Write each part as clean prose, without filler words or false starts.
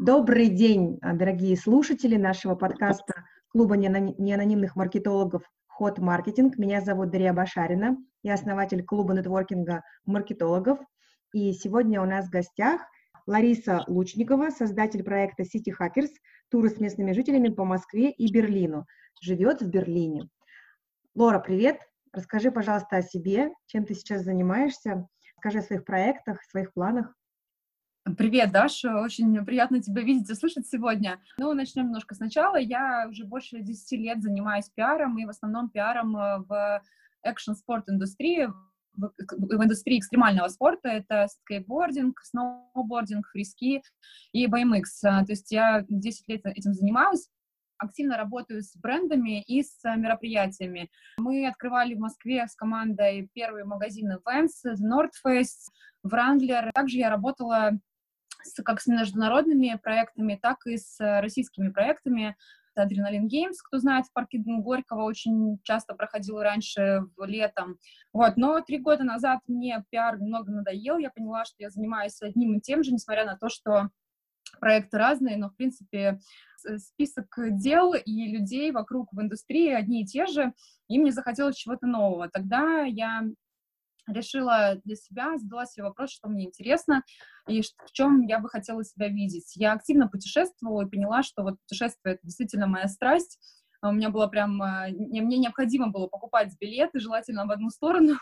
Добрый день, дорогие слушатели нашего подкаста Клуба неанонимных маркетологов Hot Marketing. Меня зовут Дарья Башарина, я основатель клуба нетворкинга маркетологов. И сегодня у нас в гостях Лариса Лучникова, создатель проекта City Hackers, туры с местными жителями по Москве и Берлину. Живет в Берлине. Лора, привет! Расскажи, пожалуйста, о себе, чем ты сейчас занимаешься, расскажи о своих проектах, своих планах. Привет, Даша, очень приятно тебя видеть и слышать сегодня. Начнем немножко сначала. Я уже больше 10 лет занимаюсь пиаром, и в основном пиаром в экшн-спорт-индустрии, в индустрии экстремального спорта. Это скейтбординг, сноубординг, фриски и BMX. То есть я 10 лет этим занималась. Активно работаю с брендами и с мероприятиями. Мы открывали в Москве с командой первые магазины Vans, North Face, Wrangler. Также я работала как с международными проектами, так и с российскими проектами. Adrenaline Games, кто знает, в парке Горького очень часто проходил раньше летом. Но 3 года назад мне пиар немного надоел. Я поняла, что я занимаюсь одним и тем же, несмотря на то, что проекты разные, но, в принципе, список дел и людей вокруг в индустрии одни и те же, и мне захотелось чего-то нового. Тогда я решила для себя, задала себе вопрос, что мне интересно и в чем я бы хотела себя видеть. Я активно путешествовала и поняла, что вот путешествие — это действительно моя страсть. У меня было мне необходимо было покупать билеты, желательно в одну сторону.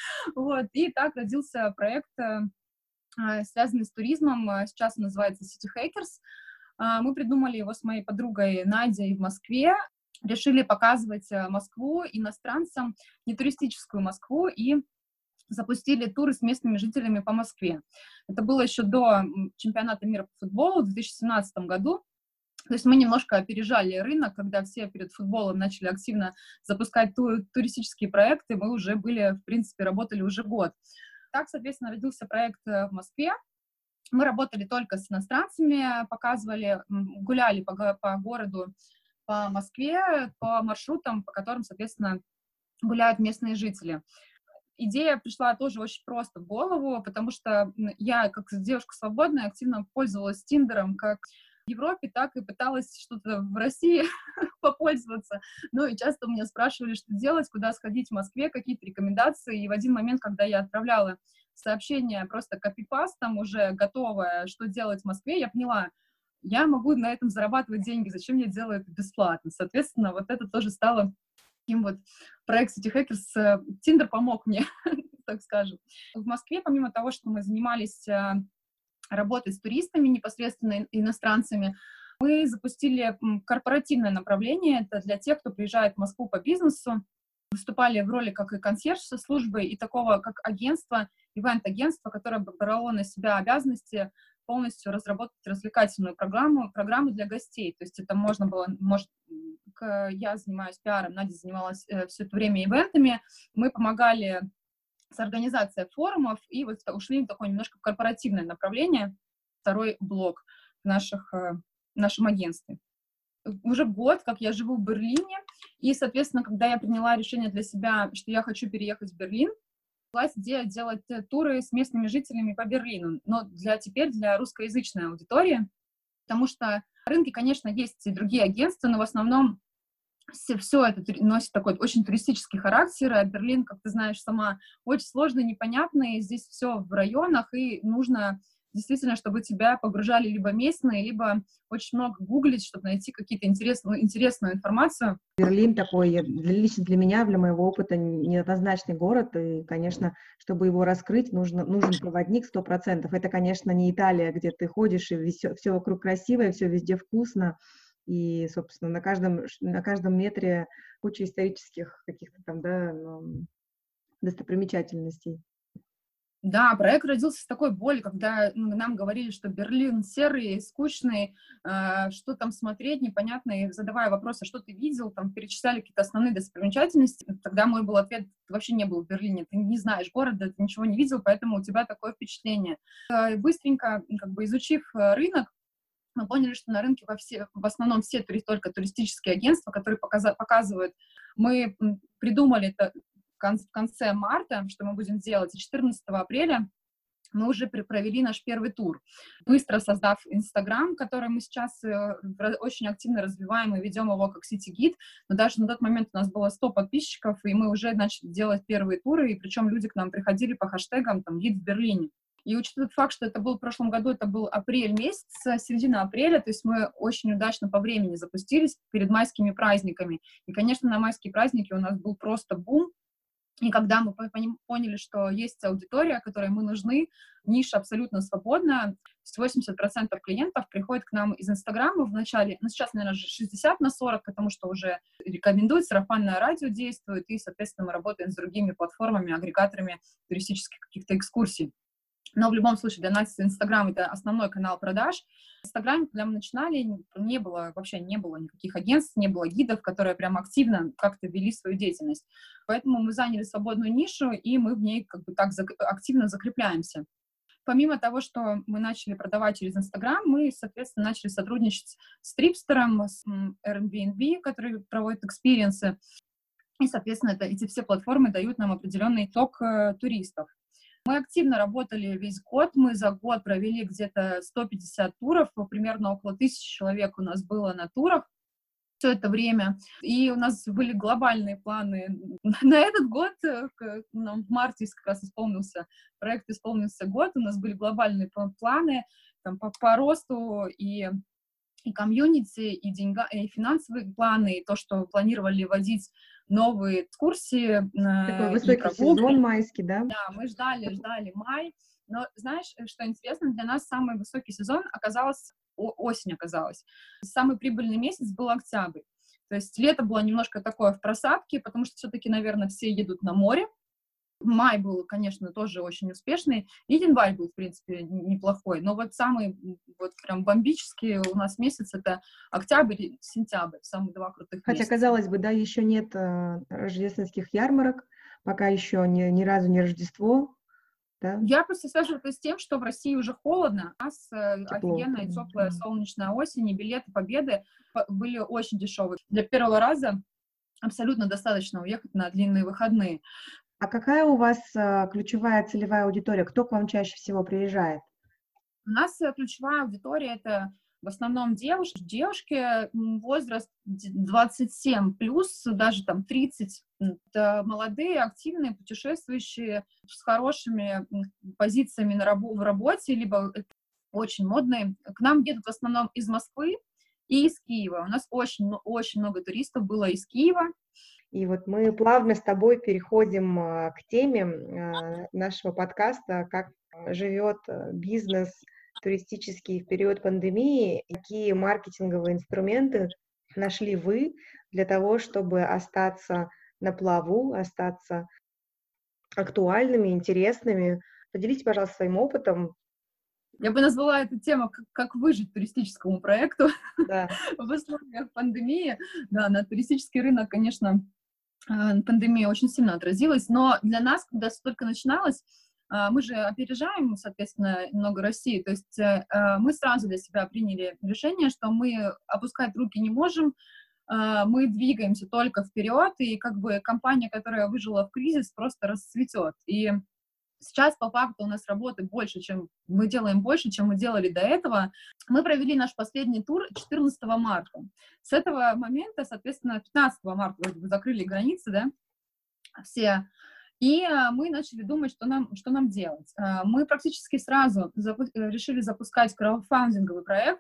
И так родился проект, связанный с туризмом. Сейчас он называется City Hackers. Мы придумали его с моей подругой Надей в Москве. Решили показывать Москву иностранцам, не туристическую Москву, и запустили туры с местными жителями по Москве. Это было еще до чемпионата мира по футболу в 2017 году. То есть мы немножко опережали рынок, когда все перед футболом начали активно запускать туристические проекты. Мы уже были, в принципе, работали уже год. Так, соответственно, родился проект в Москве. Мы работали только с иностранцами, показывали, гуляли по городу, по Москве, по маршрутам, по которым, соответственно, гуляют местные жители. Идея пришла тоже очень просто в голову, потому что я, как девушка свободная, активно пользовалась Тиндером как в Европе, так и пыталась что-то в России попользоваться. И часто у меня спрашивали, что делать, куда сходить в Москве, какие-то рекомендации. И в один момент, когда я отправляла сообщение просто копипастом, уже готовое, что делать в Москве, я поняла, я могу на этом зарабатывать деньги, зачем я делаю это бесплатно? Соответственно, вот это тоже стало таким вот проект City Hackers. Tinder помог мне, так скажем. В Москве, помимо того, что мы занимались работой с туристами, непосредственно иностранцами, мы запустили корпоративное направление. Это для тех, кто приезжает в Москву по бизнесу. Выступали в роли как и консьерж-службы, и такого как агентство, ивент-агентство, которое брало на себя обязанности полностью разработать развлекательную программу для гостей. То есть это я занимаюсь пиаром, Надя занималась все это время ивентами, мы помогали с организацией форумов и вот ушли в такое немножко корпоративное направление, второй блок в нашем агентстве. Уже год, как я живу в Берлине, и, соответственно, когда я приняла решение для себя, что я хочу переехать в Берлин, была идея делать туры с местными жителями по Берлину, но теперь для русскоязычной аудитории, потому что на рынке, конечно, есть и другие агентства, но в основном все это носит такой очень туристический характер, а Берлин, как ты знаешь сама, очень сложный, непонятный, здесь все в районах, и нужно действительно, чтобы тебя погружали либо местные, либо очень много гуглить, чтобы найти какие-то интересную информацию. Берлин такой, лично для меня, для моего опыта, неоднозначный город, и, конечно, чтобы его раскрыть, нужен проводник 100%. Это, конечно, не Италия, где ты ходишь, и все вокруг красивое, все везде вкусно, и, собственно, на каждом метре куча исторических каких-то там, достопримечательностей. Да, проект родился с такой болью, когда нам говорили, что Берлин серый, скучный, что там смотреть, непонятно, и задавая вопросы, что ты видел, там перечисляли какие-то основные достопримечательности. Тогда мой был ответ: ты вообще не был в Берлине, ты не знаешь города, ты ничего не видел, поэтому у тебя такое впечатление. Быстренько, изучив рынок, мы поняли, что на рынке в основном все только туристические агентства, которые показывают. Мы придумали это в конце марта, что мы будем делать, и 14 апреля мы уже провели наш первый тур, быстро создав Инстаграм, который мы сейчас очень активно развиваем и ведем его как сити-гид, но даже на тот момент у нас было 100 подписчиков, и мы уже начали делать первые туры, и причем люди к нам приходили по хэштегам там «Гид в Берлине». И учитывая тот факт, что это был в прошлом году, это был апрель месяц, середина апреля, то есть мы очень удачно по времени запустились перед майскими праздниками. И, конечно, на майские праздники у нас был просто бум. И когда мы поняли, что есть аудитория, которой мы нужны, ниша абсолютно свободна, 80% клиентов приходят к нам из Инстаграма в начале, ну, сейчас, наверное, 60/40, потому что уже рекомендуют, сарафанное радио действует, и, соответственно, мы работаем с другими платформами, агрегаторами туристических каких-то экскурсий. Но в любом случае для нас Инстаграм — это основной канал продаж. В Инстаграме, когда мы начинали, вообще не было никаких агентств, не было гидов, которые прям активно как-то вели свою деятельность. Поэтому мы заняли свободную нишу, и мы в ней как бы так активно закрепляемся. Помимо того, что мы начали продавать через Инстаграм, мы, соответственно, начали сотрудничать с Трипстером, с Airbnb, который проводит экспириенсы. И, соответственно, эти все платформы дают нам определенный ток туристов. Мы активно работали весь год, мы за год провели где-то 150 туров, примерно около 1000 человек у нас было на турах все это время. И у нас были глобальные планы на этот год, в марте как раз проект исполнился год, у нас были глобальные планы там, по росту и комьюнити, и финансовые планы, и то, что планировали вводить новые экскурсии. Такой высокий сезон майский, да? Да, мы ждали май, но знаешь, что интересно, для нас самый высокий сезон осень оказалась. Самый прибыльный месяц был октябрь. То есть лето было немножко такое в просадке, потому что все-таки, наверное, все едут на море. Май был, конечно, тоже очень успешный, и январь был, в принципе, неплохой, но вот самый вот прям бомбический у нас месяц — это октябрь и сентябрь, самые два крутых месяца. Хотя, казалось бы, да, еще нет рождественских ярмарок, пока еще ни разу не Рождество, да? Я просто свяжу это с тем, что в России уже холодно, у нас офигенная теплая солнечная осень, и билеты Победы были очень дешевые. Для первого раза абсолютно достаточно уехать на длинные выходные. А какая у вас ключевая целевая аудитория? Кто к вам чаще всего приезжает? У нас ключевая аудитория — это в основном девушки, возраст 27 плюс, даже там 30. Это молодые, активные, путешествующие с хорошими позициями в работе, либо очень модные. К нам едут в основном из Москвы и из Киева. У нас очень много туристов было из Киева. И вот мы плавно с тобой переходим к теме нашего подкаста, как живет бизнес туристический в период пандемии, какие маркетинговые инструменты нашли вы для того, чтобы остаться на плаву, остаться актуальными, интересными. Поделитесь, пожалуйста, своим опытом. Я бы назвала эту тему «Как выжить туристическому проекту» Да. в условиях пандемии. Да, на туристический рынок, конечно, пандемия очень сильно отразилась, но для нас, когда все только начиналось, мы же опережаем, соответственно, много России, то есть мы сразу для себя приняли решение, что мы опускать руки не можем, мы двигаемся только вперед, и как бы компания, которая выжила в кризис, просто расцветет. И сейчас, по факту, у нас работы мы делаем больше, чем мы делали до этого. Мы провели наш последний тур 14 марта. С этого момента, соответственно, 15 марта вроде бы закрыли границы, да, все. И мы начали думать, что нам делать. Мы практически сразу решили запускать краудфандинговый проект.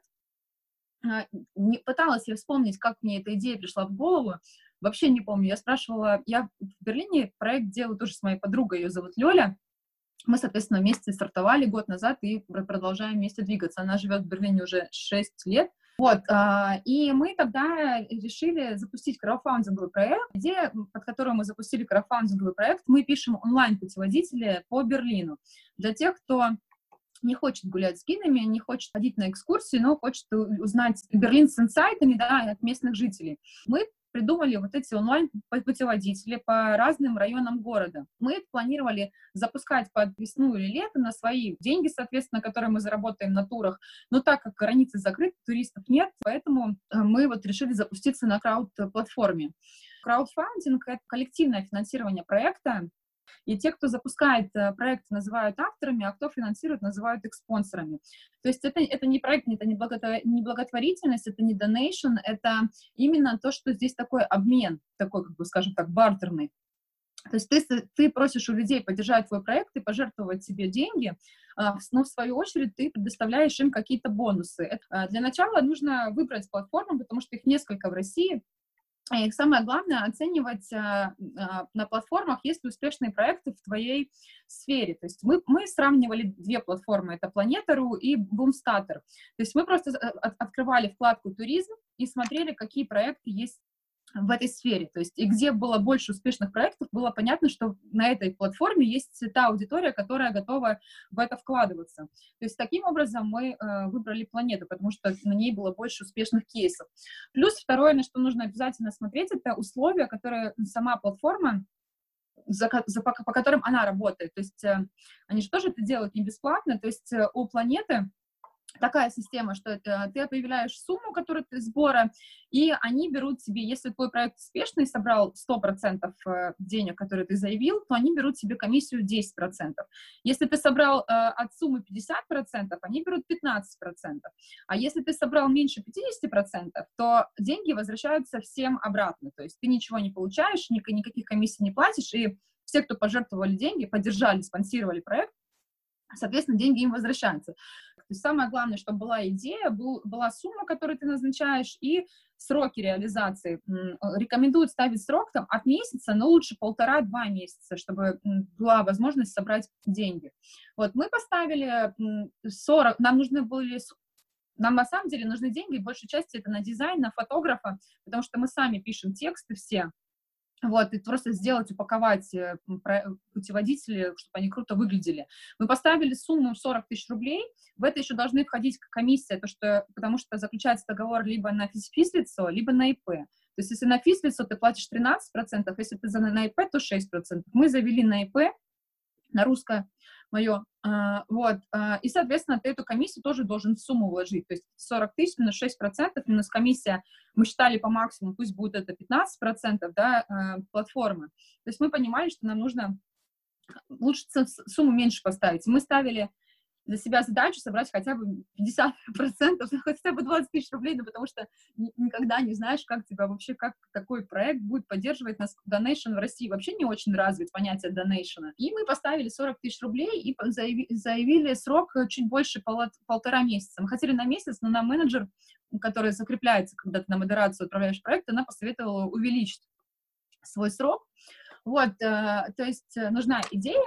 Пыталась я вспомнить, как мне эта идея пришла в голову. Вообще не помню. Я в Берлине проект делаю тоже с моей подругой, ее зовут Лёля. Мы, соответственно, вместе стартовали год назад и продолжаем вместе двигаться. Она живет в Берлине уже 6 лет. Вот, и мы тогда решили запустить краудфандинговый проект, под которым мы запустили краудфандинговый проект. Мы пишем онлайн-путеводители по Берлину для тех, кто не хочет гулять с гидами, не хочет ходить на экскурсии, но хочет узнать Берлин с инсайтами, да, от местных жителей. Мы придумали вот эти онлайн-путеводители по разным районам города. Мы планировали запускать под весну или лето на свои деньги, соответственно, которые мы заработаем на турах. Но так как границы закрыты, туристов нет, поэтому мы вот решили запуститься на крауд-платформе. Краудфандинг — это коллективное финансирование проекта. И те, кто запускает проект, называют авторами, а кто финансирует, называют их спонсорами. То есть это не проект, это не благотворительность, это не donation, это именно то, что здесь такой обмен, такой, как бы, скажем так, бартерный. То есть ты просишь у людей поддержать твой проект и пожертвовать себе деньги, но в свою очередь ты предоставляешь им какие-то бонусы. Для начала нужно выбрать платформу, потому что их несколько в России. И самое главное — оценивать на платформах, есть ли успешные проекты в твоей сфере. То есть мы сравнивали две платформы, это Planetar.ru и Boomstater. То есть мы просто открывали вкладку «Туризм» и смотрели, какие проекты есть в этой сфере, то есть и где было больше успешных проектов, было понятно, что на этой платформе есть та аудитория, которая готова в это вкладываться. То есть таким образом мы выбрали Планету, потому что на ней было больше успешных кейсов. Плюс второе, на что нужно обязательно смотреть, это условия, которые сама платформа, по которым она работает. То есть они же тоже это делают не бесплатно, то есть у Планеты такая система, что ты объявляешь сумму, которую ты сбора, и они берут себе, если твой проект успешный, собрал 100% денег, которые ты заявил, то они берут себе комиссию 10%. Если ты собрал от суммы 50%, они берут 15%. А если ты собрал меньше 50%, то деньги возвращаются всем обратно. То есть ты ничего не получаешь, никаких комиссий не платишь, и все, кто пожертвовали деньги, поддержали, спонсировали проект, соответственно, деньги им возвращаются. То есть самое главное, чтобы была идея, была сумма, которую ты назначаешь, и сроки реализации. Рекомендуют ставить срок там от месяца, но лучше 1,5-2 месяца, чтобы была возможность собрать деньги. Вот, мы поставили 40, нам на самом деле нужны деньги, в большей части это на дизайн, на фотографа, потому что мы сами пишем тексты все. Вот, и просто сделать, упаковать путеводители, чтобы они круто выглядели. Мы поставили сумму 40 тысяч рублей, в это еще должны входить комиссия, потому что заключается договор либо на физлицо, либо на ИП. То есть если на физлицо ты платишь 13%, если ты на ИП, то 6%. Мы завели на ИП, на русское мое, вот, и, соответственно, ты эту комиссию тоже должен в сумму вложить, то есть 40 тысяч минус 6%, минус комиссия, мы считали по максимуму, пусть будет это 15%, да, платформы, то есть мы понимали, что нам нужно лучше сумму меньше поставить, мы ставили для себя задачу собрать хотя бы 50%, хотя бы 20 тысяч рублей, ну, потому что никогда не знаешь, как тебя вообще, какой проект будет поддерживать нас. Donation в России вообще не очень развит, понятие donation. И мы поставили 40 тысяч рублей и заявили срок чуть больше 1,5 месяца. Мы хотели на месяц, но нам менеджер, который закрепляется, когда ты на модерацию отправляешь проект, она посоветовала увеличить свой срок. Вот, то есть нужна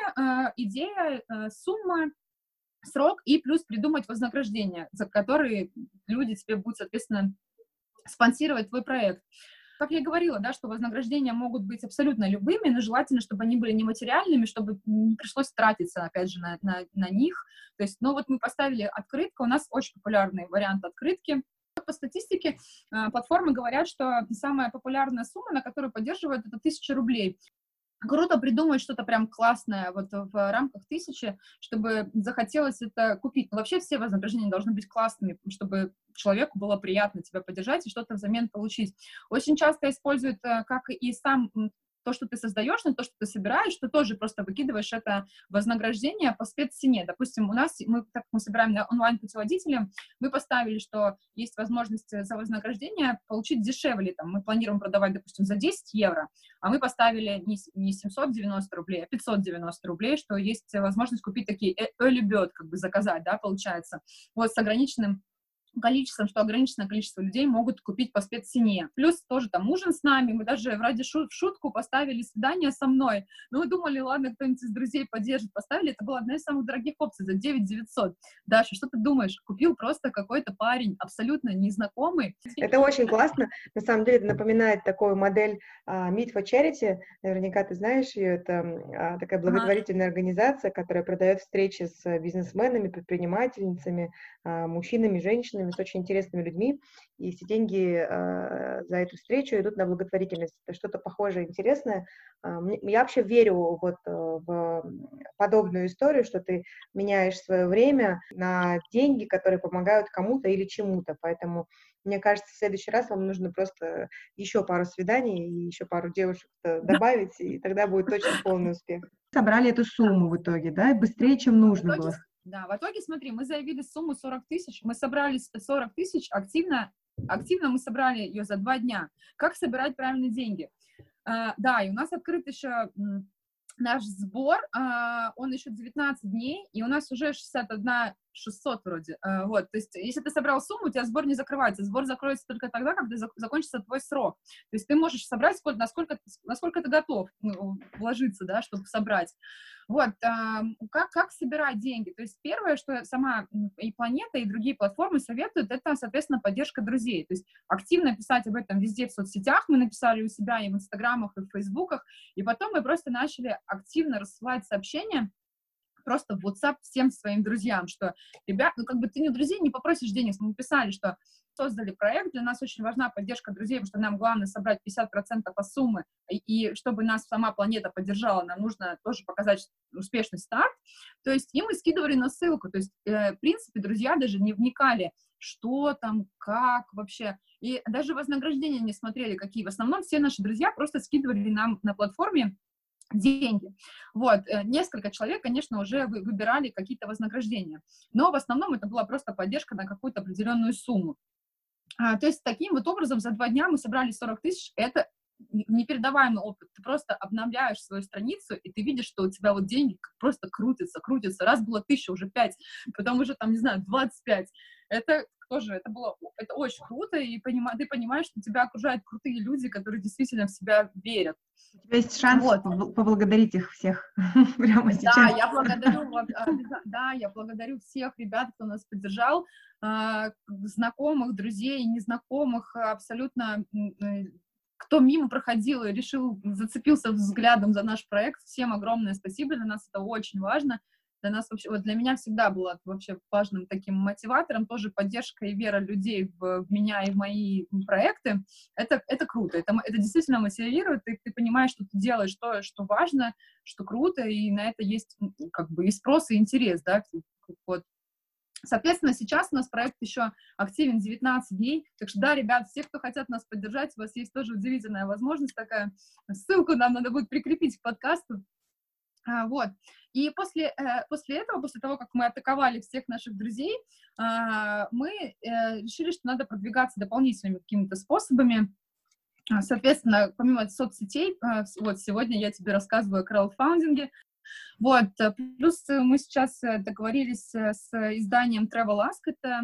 идея, сумма, срок и плюс придумать вознаграждение, за которые люди тебе будут, соответственно, спонсировать твой проект. Как я и говорила, да, что вознаграждения могут быть абсолютно любыми, но желательно, чтобы они были нематериальными, чтобы не пришлось тратиться, опять же, на них. То есть, ну вот мы поставили открытку, у нас очень популярный вариант открытки. По статистике платформы говорят, что самая популярная сумма, на которую поддерживают, это 1000 рублей. Круто придумать что-то прям классное вот в рамках 1000, чтобы захотелось это купить. Но вообще все вознаграждения должны быть классными, чтобы человеку было приятно тебя поддержать и что-то взамен получить. Очень часто используют, как и сам то, что ты создаешь, но то, что ты собираешь, ты тоже просто выкидываешь это вознаграждение по спеццене. Допустим, у нас, так как мы собираем на онлайн-путеводители, мы поставили, что есть возможность за вознаграждение получить дешевле. Там, мы планируем продавать, допустим, за 10 евро, а мы поставили не 790 рублей, а 590 рублей, что есть возможность купить такие early bird, как бы заказать, да, получается, вот с ограниченным количеством, что ограниченное количество людей могут купить по спеццене. Плюс тоже там ужин с нами, мы даже ради шутку поставили свидание со мной. Ну, мы думали, ладно, кто-нибудь из друзей поддержит. Поставили, это была одна из самых дорогих опций, за 9900. Даша, что ты думаешь? Купил просто какой-то парень, абсолютно незнакомый. Это очень классно. На самом деле, это напоминает такую модель Meet for Charity. Наверняка ты знаешь ее. Это такая благотворительная организация, которая продает встречи с бизнесменами, предпринимательницами, мужчинами, женщинами, замечательными, с очень интересными людьми, и все деньги за эту встречу идут на благотворительность. Это что-то похожее, интересное. Я вообще верю вот в подобную историю, что ты меняешь свое время на деньги, которые помогают кому-то или чему-то. Поэтому, мне кажется, в следующий раз вам нужно просто еще пару свиданий и еще пару девушек добавить, и тогда будет точно полный успех. Собрали эту сумму в итоге, да, быстрее, чем нужно было. Да, в итоге, смотри, мы заявили сумму 40 тысяч, мы собрали 40 тысяч, активно мы собрали ее за 2 дня. Как собирать правильные деньги? Да, и у нас открыт еще наш сбор, он еще 19 дней, и у нас уже 61 600 вроде. Вот, то есть, если ты собрал сумму, у тебя сбор не закрывается. Сбор закроется только тогда, когда закончится твой срок. То есть ты можешь собрать, насколько ты готов вложиться, да, чтобы собрать. Вот, как собирать деньги? То есть первое, что сама и Планета, и другие платформы советуют, это, соответственно, поддержка друзей. То есть активно писать об этом везде в соцсетях. Мы написали у себя и в Инстаграмах, и в Фейсбуках. И потом мы просто начали активно рассылать сообщения просто в WhatsApp всем своим друзьям, что, ребят, ну, как бы ты не друзей не попросишь денег. Мы писали, что создали проект, для нас очень важна поддержка друзей, потому что нам главное собрать 50% от суммы, и чтобы нас сама Планета поддержала, нам нужно тоже показать успешный старт. То есть им мы скидывали на ссылку, то есть, в принципе, друзья даже не вникали, что там, как вообще, и даже вознаграждения не смотрели, какие. В основном все наши друзья просто скидывали нам на платформе деньги. Вот, несколько человек, конечно, уже выбирали какие-то вознаграждения, но в основном это была просто поддержка на какую-то определенную сумму. То есть таким вот образом за 2 дня мы собрали 40 тысяч, это непередаваемый опыт. Ты просто обновляешь свою страницу, и ты видишь, что у тебя вот деньги просто крутятся. Раз было 1000, уже 5, потом уже там, не знаю, 25. Это тоже, это очень круто, и ты понимаешь, что тебя окружают крутые люди, которые действительно в себя верят. У тебя есть шанс поблагодарить их всех прямо сейчас. Да, я благодарю всех ребят, кто нас поддержал, знакомых, друзей, незнакомых, абсолютно, кто мимо проходил и зацепился взглядом за наш проект. Всем огромное спасибо, для нас это очень важно. Для нас вообще, вот для меня всегда было вообще важным таким мотиватором тоже поддержка и вера людей в меня и в мои проекты. Это круто, это действительно мотивирует, и ты понимаешь, что ты делаешь то, что важно, что круто, и на это есть как бы и спрос, и интерес, да, вот. Соответственно, сейчас у нас проект еще активен 19 дней, так что, да, ребят, все, кто хотят нас поддержать, у вас есть тоже удивительная возможность такая, ссылку нам надо будет прикрепить к подкасту. Вот. И после этого, после того, как мы атаковали всех наших друзей, мы решили, что надо продвигаться дополнительными какими-то способами. Соответственно, помимо соцсетей, вот сегодня я тебе рассказываю о краудфандинге. Вот. Плюс мы сейчас договорились с изданием Travel Ask, это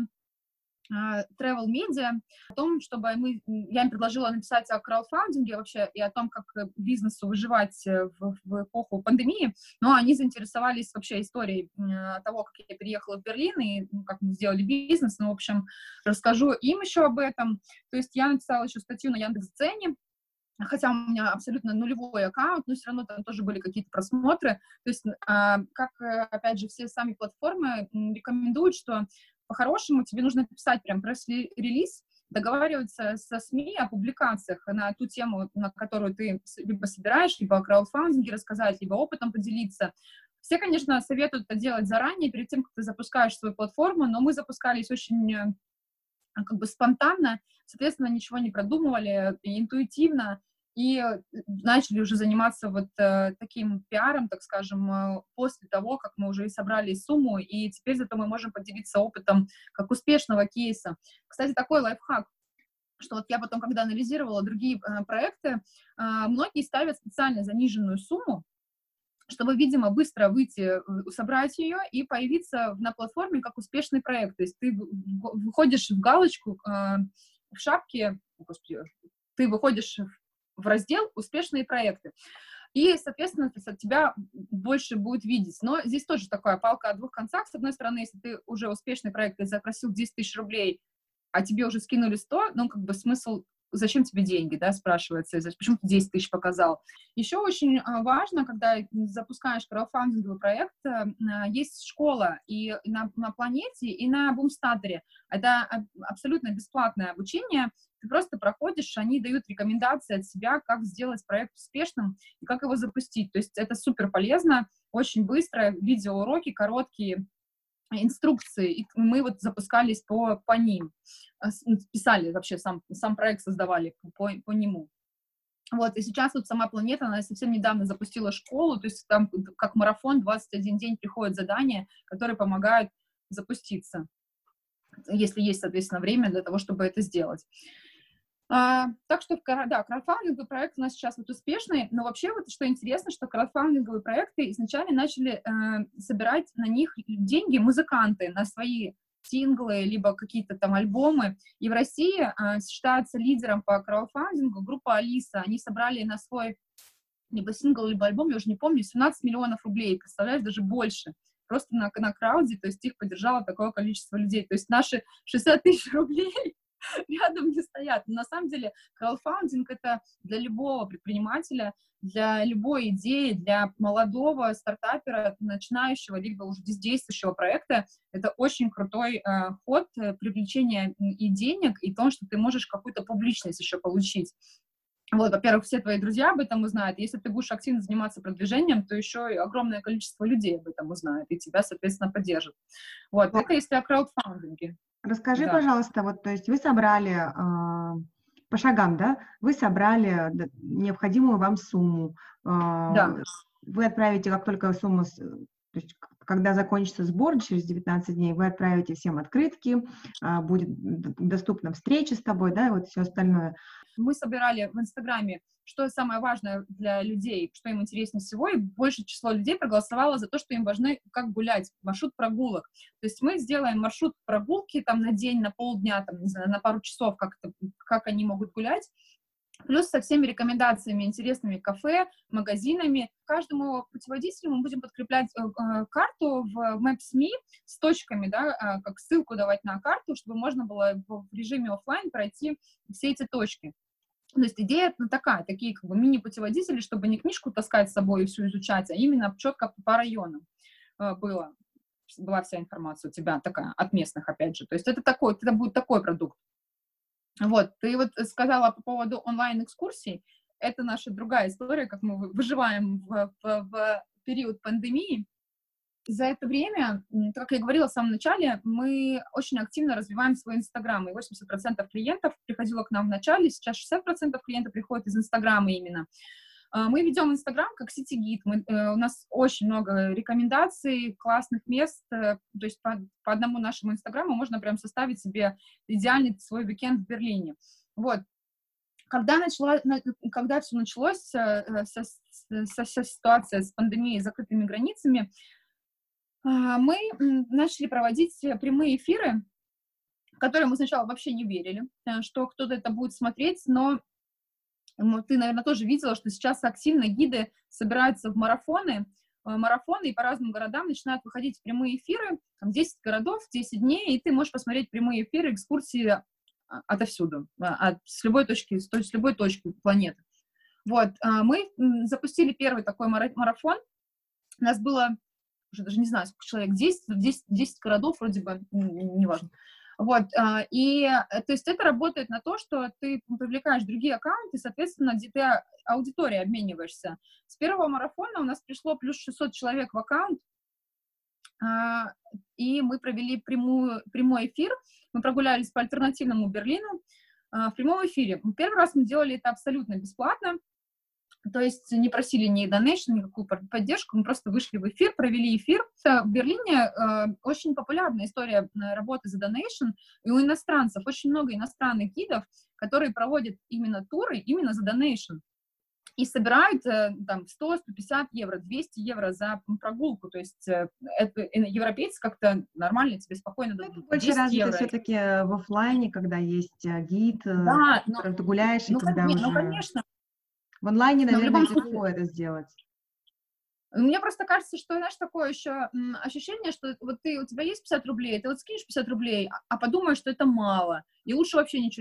Travel Media, о том, чтобы я им предложила написать о краудфандинге вообще и о том, как бизнесу выживать в эпоху пандемии, но они заинтересовались вообще историей того, как я переехала в Берлин и как мы сделали бизнес, ну, в общем, расскажу им еще об этом. То есть я написала еще статью на Яндекс.Дзене, хотя у меня абсолютно нулевой аккаунт, но все равно там тоже были какие-то просмотры. То есть, как, опять же, все сами платформы рекомендуют, что по-хорошему тебе нужно писать прям пресс-релиз, договариваться со СМИ о публикациях на ту тему, на которую ты либо собираешь, либо о краудфандинге рассказать, либо опытом поделиться. Все, конечно, советуют это делать заранее, перед тем, как ты запускаешь свою платформу, но мы запускались очень как бы спонтанно, соответственно, ничего не продумывали, интуитивно, и начали уже заниматься вот таким пиаром, так скажем, после того, как мы уже и собрали сумму, и теперь зато мы можем поделиться опытом как успешного кейса. Кстати, такой лайфхак, что вот я потом, когда анализировала другие проекты, многие ставят специально заниженную сумму, чтобы, видимо, быстро выйти, собрать ее и появиться на платформе как успешный проект. То есть ты выходишь в галочку, в шапке, господи, ты выходишь в раздел «Успешные проекты». И, соответственно, тебя больше будет видеть. Но здесь тоже такая палка о двух концах. С одной стороны, если ты уже успешный проект, ты запросил 10 тысяч рублей, а тебе уже скинули 100, ну, как бы смысл зачем тебе деньги, да, спрашивается, почему ты 10 тысяч показал. Еще очень важно, когда запускаешь краудфандинговый проект, есть школа и на Планете, и на Бумстатере. Это абсолютно бесплатное обучение, ты просто проходишь, они дают рекомендации от себя, как сделать проект успешным и как его запустить. То есть это супер полезно, очень быстро, видеоуроки короткие, инструкции, и мы вот запускались по ним, писали вообще, сам проект создавали по нему. Вот, и сейчас вот сама Планета, она совсем недавно запустила школу, то есть там как марафон, 21 день приходят задания, которые помогают запуститься, если есть, соответственно, время для того, чтобы это сделать. Так что, да, краудфандинговый проект у нас сейчас вот успешный, но вообще вот что интересно, что краудфандинговые проекты изначально начали собирать на них деньги музыканты на свои синглы, либо какие-то там альбомы. И в России считается лидером по краудфандингу группа Алиса. Они собрали на свой либо сингл, либо альбом, я уже не помню, 17 миллионов рублей, представляешь, даже больше. Просто на крауде, то есть их поддержало такое количество людей. То есть наши 60 тысяч рублей рядом не стоят. Но на самом деле краудфандинг — это для любого предпринимателя, для любой идеи, для молодого стартапера, начинающего, либо уже действующего проекта, это очень крутой ход привлечения и денег, и то, что ты можешь какую-то публичность еще получить. Вот, во-первых, все твои друзья об этом узнают. Если ты будешь активно заниматься продвижением, то еще и огромное количество людей об этом узнает и тебя, соответственно, поддержит. Вот, это если о краудфандинге. Расскажи, пожалуйста, вот, то есть вы собрали по шагам, да, вы собрали необходимую вам сумму, Да. вы отправите, как только сумма, то есть когда закончится сбор, через 19 дней, вы отправите всем открытки, будет доступна встреча с тобой, да, и вот все остальное. Мы собирали в Инстаграме, что самое важное для людей, что им интереснее всего, и большее число людей проголосовало за то, что им важны, как гулять, маршрут прогулок. То есть мы сделаем маршрут прогулки там на день, на полдня, там, не знаю, на пару часов, как они могут гулять, плюс со всеми рекомендациями, интересными кафе, магазинами. Каждому путеводителю мы будем подкреплять карту в Maps.me с точками, да, как ссылку давать на карту, чтобы можно было в режиме офлайн пройти все эти точки. То есть идея такая, такие как бы мини-путеводители, чтобы не книжку таскать с собой и все изучать, а именно четко по районам была вся информация у тебя такая, от местных, опять же. То есть это будет такой продукт. Вот, ты вот сказала по поводу онлайн-экскурсий, это наша другая история, как мы выживаем в период пандемии. За это время, как я говорила в самом начале, мы очень активно развиваем свой Инстаграм, и 80% клиентов приходило к нам в начале, сейчас 60% клиентов приходят из Инстаграма именно. Мы ведем Инстаграм как сити-гид, у нас очень много рекомендаций, классных мест, то есть по одному нашему Инстаграму можно прям составить себе идеальный свой уикенд в Берлине. Вот. Когда все началось, ситуация с пандемией, закрытыми границами, мы начали проводить прямые эфиры, в которые мы сначала вообще не верили, что кто-то это будет смотреть, но ты, наверное, тоже видела, что сейчас активно гиды собираются в марафоны и по разным городам начинают выходить в прямые эфиры, там 10 городов, 10 дней, и ты можешь посмотреть прямые эфиры, экскурсии отовсюду, с любой точки планеты. Вот, мы запустили первый такой марафон, у нас было, уже даже не знаю, сколько человек, 10 городов вроде бы, неважно. Вот, и, то есть это работает на то, что ты привлекаешь другие аккаунты, соответственно, ты аудиторией обмениваешься. С первого марафона у нас пришло плюс 600 человек в аккаунт, и мы провели прямой эфир, мы прогулялись по альтернативному Берлину в прямом эфире. Первый раз мы делали это абсолютно бесплатно, то есть не просили ни донейшн, никакую поддержку, мы просто вышли в эфир, провели эфир. В Берлине очень популярная история работы за донейшн, и у иностранцев очень много иностранных гидов, которые проводят именно туры, именно за донейшн. И собирают там 100, 150 евро, 200 евро за прогулку. То есть европейцы как-то нормально тебе спокойно дадут. Больше развито все-таки в офлайне, когда есть гид, да, который ты гуляешь, и когда уже... Ну, конечно. В онлайне, наверное, легко это сделать. Мне просто кажется, что, знаешь, такое еще ощущение, что вот у тебя есть 50 рублей, ты вот скинешь 50 рублей, а подумаешь, что это мало, и лучше вообще ничего не...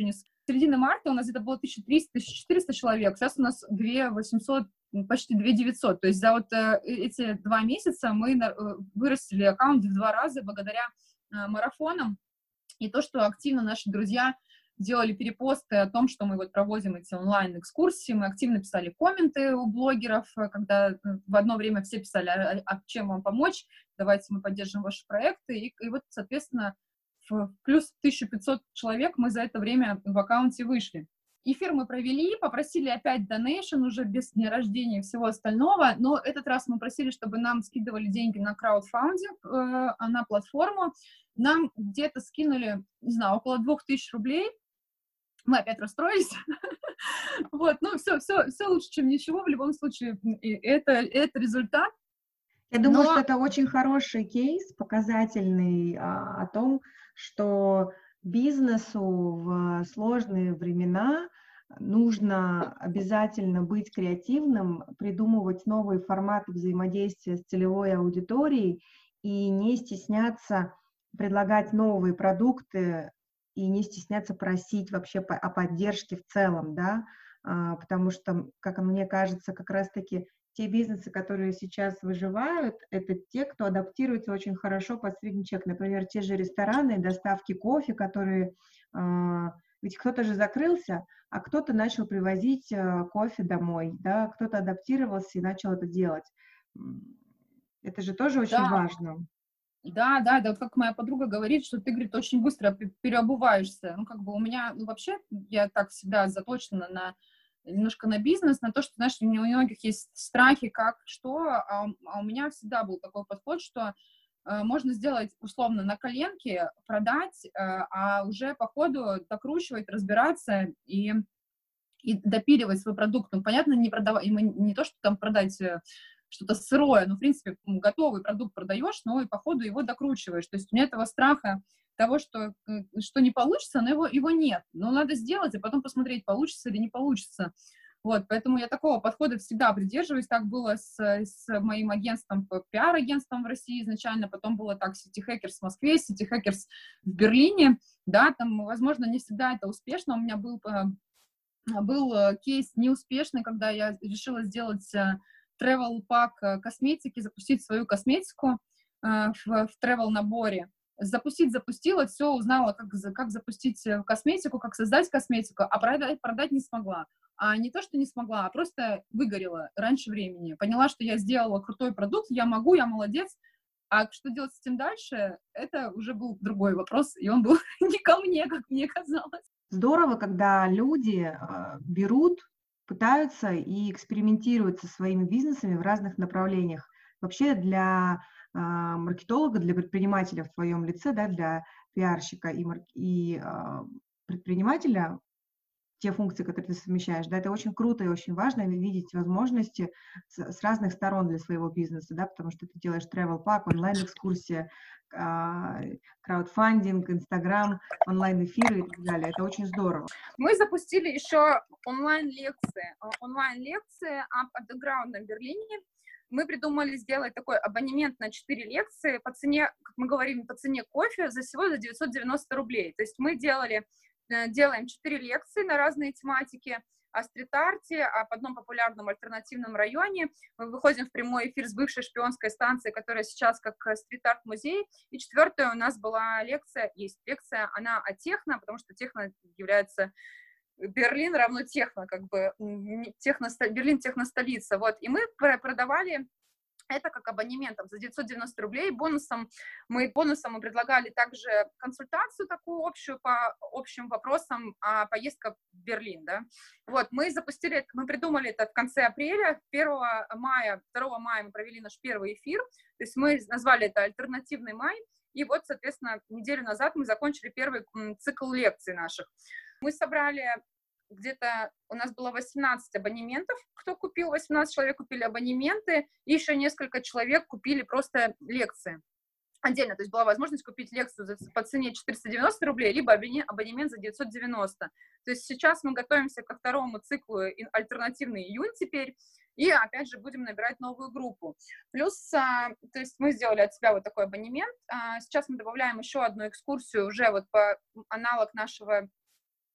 середины марта у нас где-то было 1300-1400 человек, сейчас у нас 2800, почти 2900. То есть за вот эти 2 месяца мы вырастили аккаунт в 2 раза благодаря марафонам. И то, что активно наши друзья делали перепосты о том, что мы вот проводим эти онлайн-экскурсии, мы активно писали комменты у блогеров, когда в одно время все писали, чем вам помочь, давайте мы поддержим ваши проекты, и вот, соответственно, в плюс 1500 человек мы за это время в аккаунте вышли. Эфир мы провели, попросили опять донейшн, уже без дня рождения и всего остального, но этот раз мы просили, чтобы нам скидывали деньги на краудфандинг, на платформу. Нам где-то скинули, не знаю, около 2000 рублей. Мы опять расстроились. Вот, ну, все лучше, чем ничего. В любом случае, это результат. Я думаю, что это очень хороший кейс, показательный о том, что бизнесу в сложные времена нужно обязательно быть креативным, придумывать новые форматы взаимодействия с целевой аудиторией и не стесняться предлагать новые продукты и не стесняться просить вообще о поддержке в целом, да, потому что, как мне кажется, как раз-таки те бизнесы, которые сейчас выживают, это те, кто адаптируется очень хорошо под средний чек. Например, те же рестораны, доставки кофе, которые... Ведь кто-то же закрылся, а кто-то начал привозить кофе домой, да, кто-то адаптировался и начал это делать. Это же тоже очень важно. Да, вот как моя подруга говорит, что ты, говорит, очень быстро переобуваешься. Ну, как бы у меня, ну, вообще, я так всегда заточена немножко на бизнес, на то, что, знаешь, у многих есть страхи, как, что, а у меня всегда был такой подход, что можно сделать, условно, на коленке, продать, а уже по ходу докручивать, разбираться и допиливать свой продукт. Ну, понятно, не то, что там продать что-то сырое, но, в принципе, готовый продукт продаешь, но и по ходу его докручиваешь. То есть у меня этого страха того, что не получится, но его нет. Но надо сделать, а потом посмотреть, получится или не получится. Вот, поэтому я такого подхода всегда придерживаюсь. Так было с моим агентством, пиар-агентством в России изначально, потом было так City Hackers в Москве, City Hackers в Берлине. Да, там, возможно, не всегда это успешно. У меня был кейс неуспешный, когда я решила сделать travel пак косметики, запустить свою косметику в travel наборе. Запустила, все узнала, как запустить косметику, как создать косметику, а продать не смогла. А не то, что не смогла, а просто выгорела раньше времени. Поняла, что я сделала крутой продукт, я могу, я молодец. А что делать с этим дальше, это уже был другой вопрос, и он был не ко мне, как мне казалось. Здорово, когда люди берут, пытаются и экспериментируют со своими бизнесами в разных направлениях. Вообще для маркетолога, для предпринимателя в твоем лице, да, для пиарщика и предпринимателя, те функции, которые ты совмещаешь, да, это очень круто и очень важно видеть возможности с разных сторон для своего бизнеса, да, потому что ты делаешь travel пак, онлайн-экскурсия, краудфандинг, Инстаграм, онлайн-эфиры и так далее. Это очень здорово. Мы запустили еще онлайн-лекции об андеграундном Берлине. Мы придумали сделать такой абонемент на 4 лекции по цене, как мы говорим, по цене кофе всего за 990 рублей. То есть мы делаем 4 лекции на разные тематики о стрит-арте, об одном популярном альтернативном районе. Мы выходим в прямой эфир с бывшей шпионской станции, которая сейчас как стрит-арт-музей. И 4-я у нас была лекция, она о техно, потому что техно является... Берлин равно техно, как бы, Берлин техно-столица, вот, и мы продавали это как абонементом за 990 рублей. Бонусом мы предлагали также консультацию такую общую по общим вопросам о поездках в Берлин, да. Вот, мы придумали это в конце апреля, 2 мая мы провели наш первый эфир, то есть мы назвали это «Альтернативный май», и вот, соответственно, неделю назад мы закончили первый цикл лекций наших. Мы собрали где-то, у нас было 18 абонементов, кто купил, 18 человек купили абонементы, и еще несколько человек купили просто лекции отдельно, то есть была возможность купить лекцию по цене 490 рублей, либо абонемент за 990. То есть сейчас мы готовимся ко 2-му циклу «Альтернативный июнь» теперь, и опять же будем набирать новую группу. Плюс, то есть мы сделали от себя вот такой абонемент, сейчас мы добавляем еще одну экскурсию, уже вот по аналог нашего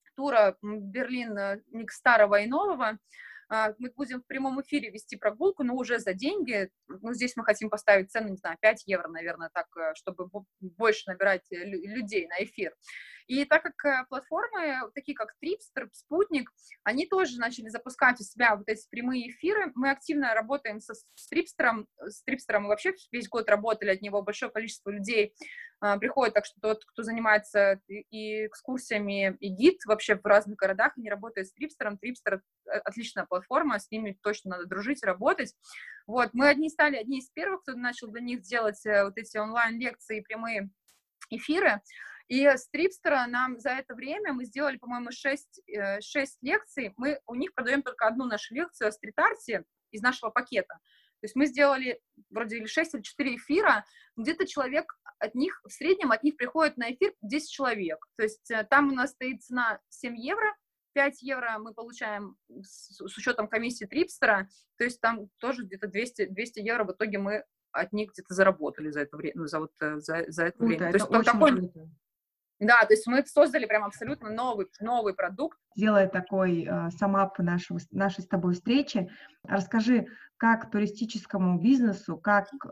тура Берлин, микс старого и нового. Мы будем в прямом эфире вести прогулку, но уже за деньги. Ну, здесь мы хотим поставить цену, не знаю, 5 евро, наверное, так, чтобы больше набирать людей на эфир. И так как платформы, такие как Tripster, Спутник, они тоже начали запускать у себя вот эти прямые эфиры. Мы активно работаем с Tripster. С Tripster мы вообще весь год работали, от него большое количество людей приходит, так что тот, кто занимается и экскурсиями, и гид вообще в разных городах, они работают с Tripster. Tripster отличная платформа, с ними точно надо дружить, работать. Вот, мы стали одни из первых, кто начал для них делать вот эти онлайн-лекции и прямые эфиры. И с Tripster нам за это время мы сделали, по-моему, 6 лекций. Мы у них продаем только одну нашу лекцию о стрит-арте из нашего пакета. То есть мы сделали вроде или 6 или 4 эфира, где-то человек от них, в среднем от них приходит на эфир 10 человек. То есть там у нас стоит цена 7 евро, 5 евро мы получаем с учетом комиссии Tripster, то есть там тоже где-то 200 евро в итоге мы от них где-то заработали за это время, ну, за это Круто, время. это То есть очень такой, круто. да, то есть мы создали прям абсолютно новый продукт. Делая такой самап нашей с тобой встречи, расскажи, как туристическому бизнесу,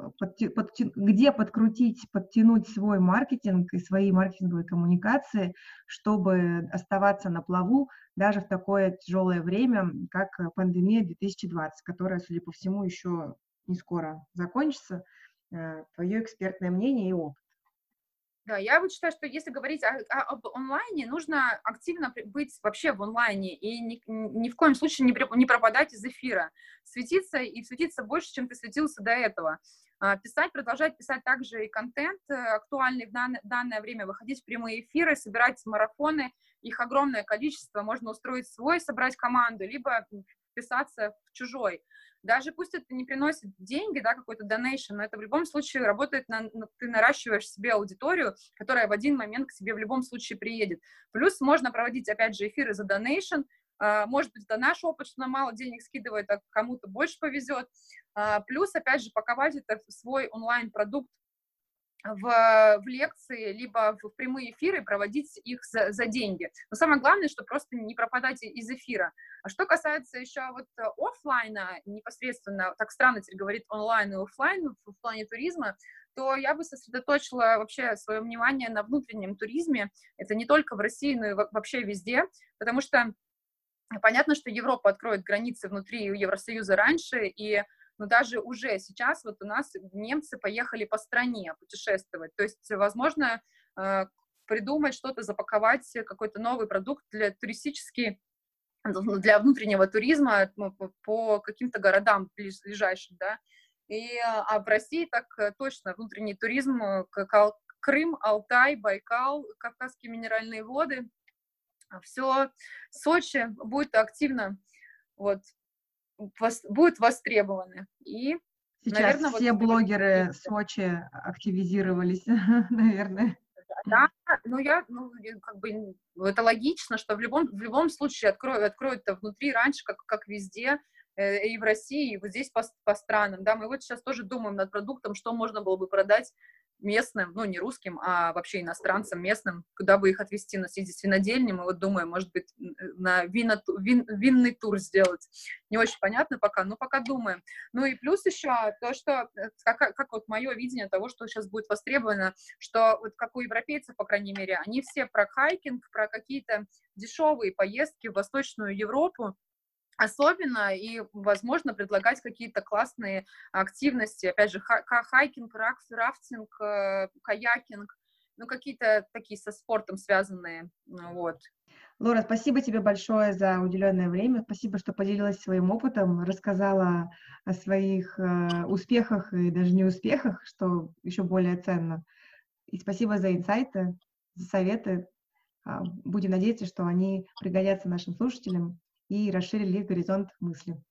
где подтянуть свой маркетинг и свои маркетинговые коммуникации, чтобы оставаться на плаву даже в такое тяжелое время, как пандемия 2020, которая, судя по всему, еще не скоро закончится. Твое экспертное мнение и опыт. Да, я вот считаю, что если говорить об онлайне, нужно активно быть вообще в онлайне и ни в коем случае не пропадать из эфира. Светиться больше, чем ты светился до этого. Продолжать писать также и контент актуальный в данное время, выходить в прямые эфиры, собирать марафоны, их огромное количество, можно устроить свой, собрать команду, либо вписаться в чужой. Даже пусть это не приносит деньги, да, какой-то donation, но это в любом случае работает, ты наращиваешь себе аудиторию, которая в один момент к тебе в любом случае приедет. Плюс можно проводить, опять же, эфиры за donation, может быть, это наш опыт, что нам мало денег скидывает, а кому-то больше повезет. Плюс, опять же, паковать это в свой онлайн-продукт в лекции, либо в прямые эфиры, проводить их за деньги. Но самое главное, что просто не пропадать из эфира. А что касается еще вот офлайна, непосредственно, так странно теперь говорит онлайн и офлайн в плане туризма, то я бы сосредоточила вообще свое внимание на внутреннем туризме. Это не только в России, но и вообще везде, потому что понятно, что Европа откроет границы внутри Евросоюза раньше, но даже уже сейчас вот у нас немцы поехали по стране путешествовать. То есть, возможно, придумать что-то, запаковать какой-то новый продукт для внутреннего туризма по каким-то городам ближайшим, да. А в России так точно внутренний туризм, Крым, Алтай, Байкал, Кавказские минеральные воды, все Сочи будет активно вот будут востребованы. И, Сейчас наверное, все блогеры Сочи активизировались, наверное. Да, как бы, это логично, что в любом случае откроют внутри раньше, как везде, и в России, и вот здесь по странам, да, мы вот сейчас тоже думаем над продуктом, что можно было бы продать местным, ну, не русским, а вообще иностранцам, местным, куда бы их отвезти, на съездить в винодельни, мы вот думаем, может быть, на винный тур сделать. Не очень понятно пока, но пока думаем. Ну и плюс еще то, что, как вот мое видение того, что сейчас будет востребовано, что вот как у европейцев, по крайней мере, они все про хайкинг, про какие-то дешевые поездки в Восточную Европу, особенно, и, возможно, предлагать какие-то классные активности, опять же, хайкинг, рафтинг, каякинг, ну, какие-то такие со спортом связанные, вот. Лора, спасибо тебе большое за уделенное время, спасибо, что поделилась своим опытом, рассказала о своих успехах и даже неуспехах, что еще более ценно. И спасибо за инсайты, за советы. Будем надеяться, что они пригодятся нашим слушателям и расширили их горизонт мысли.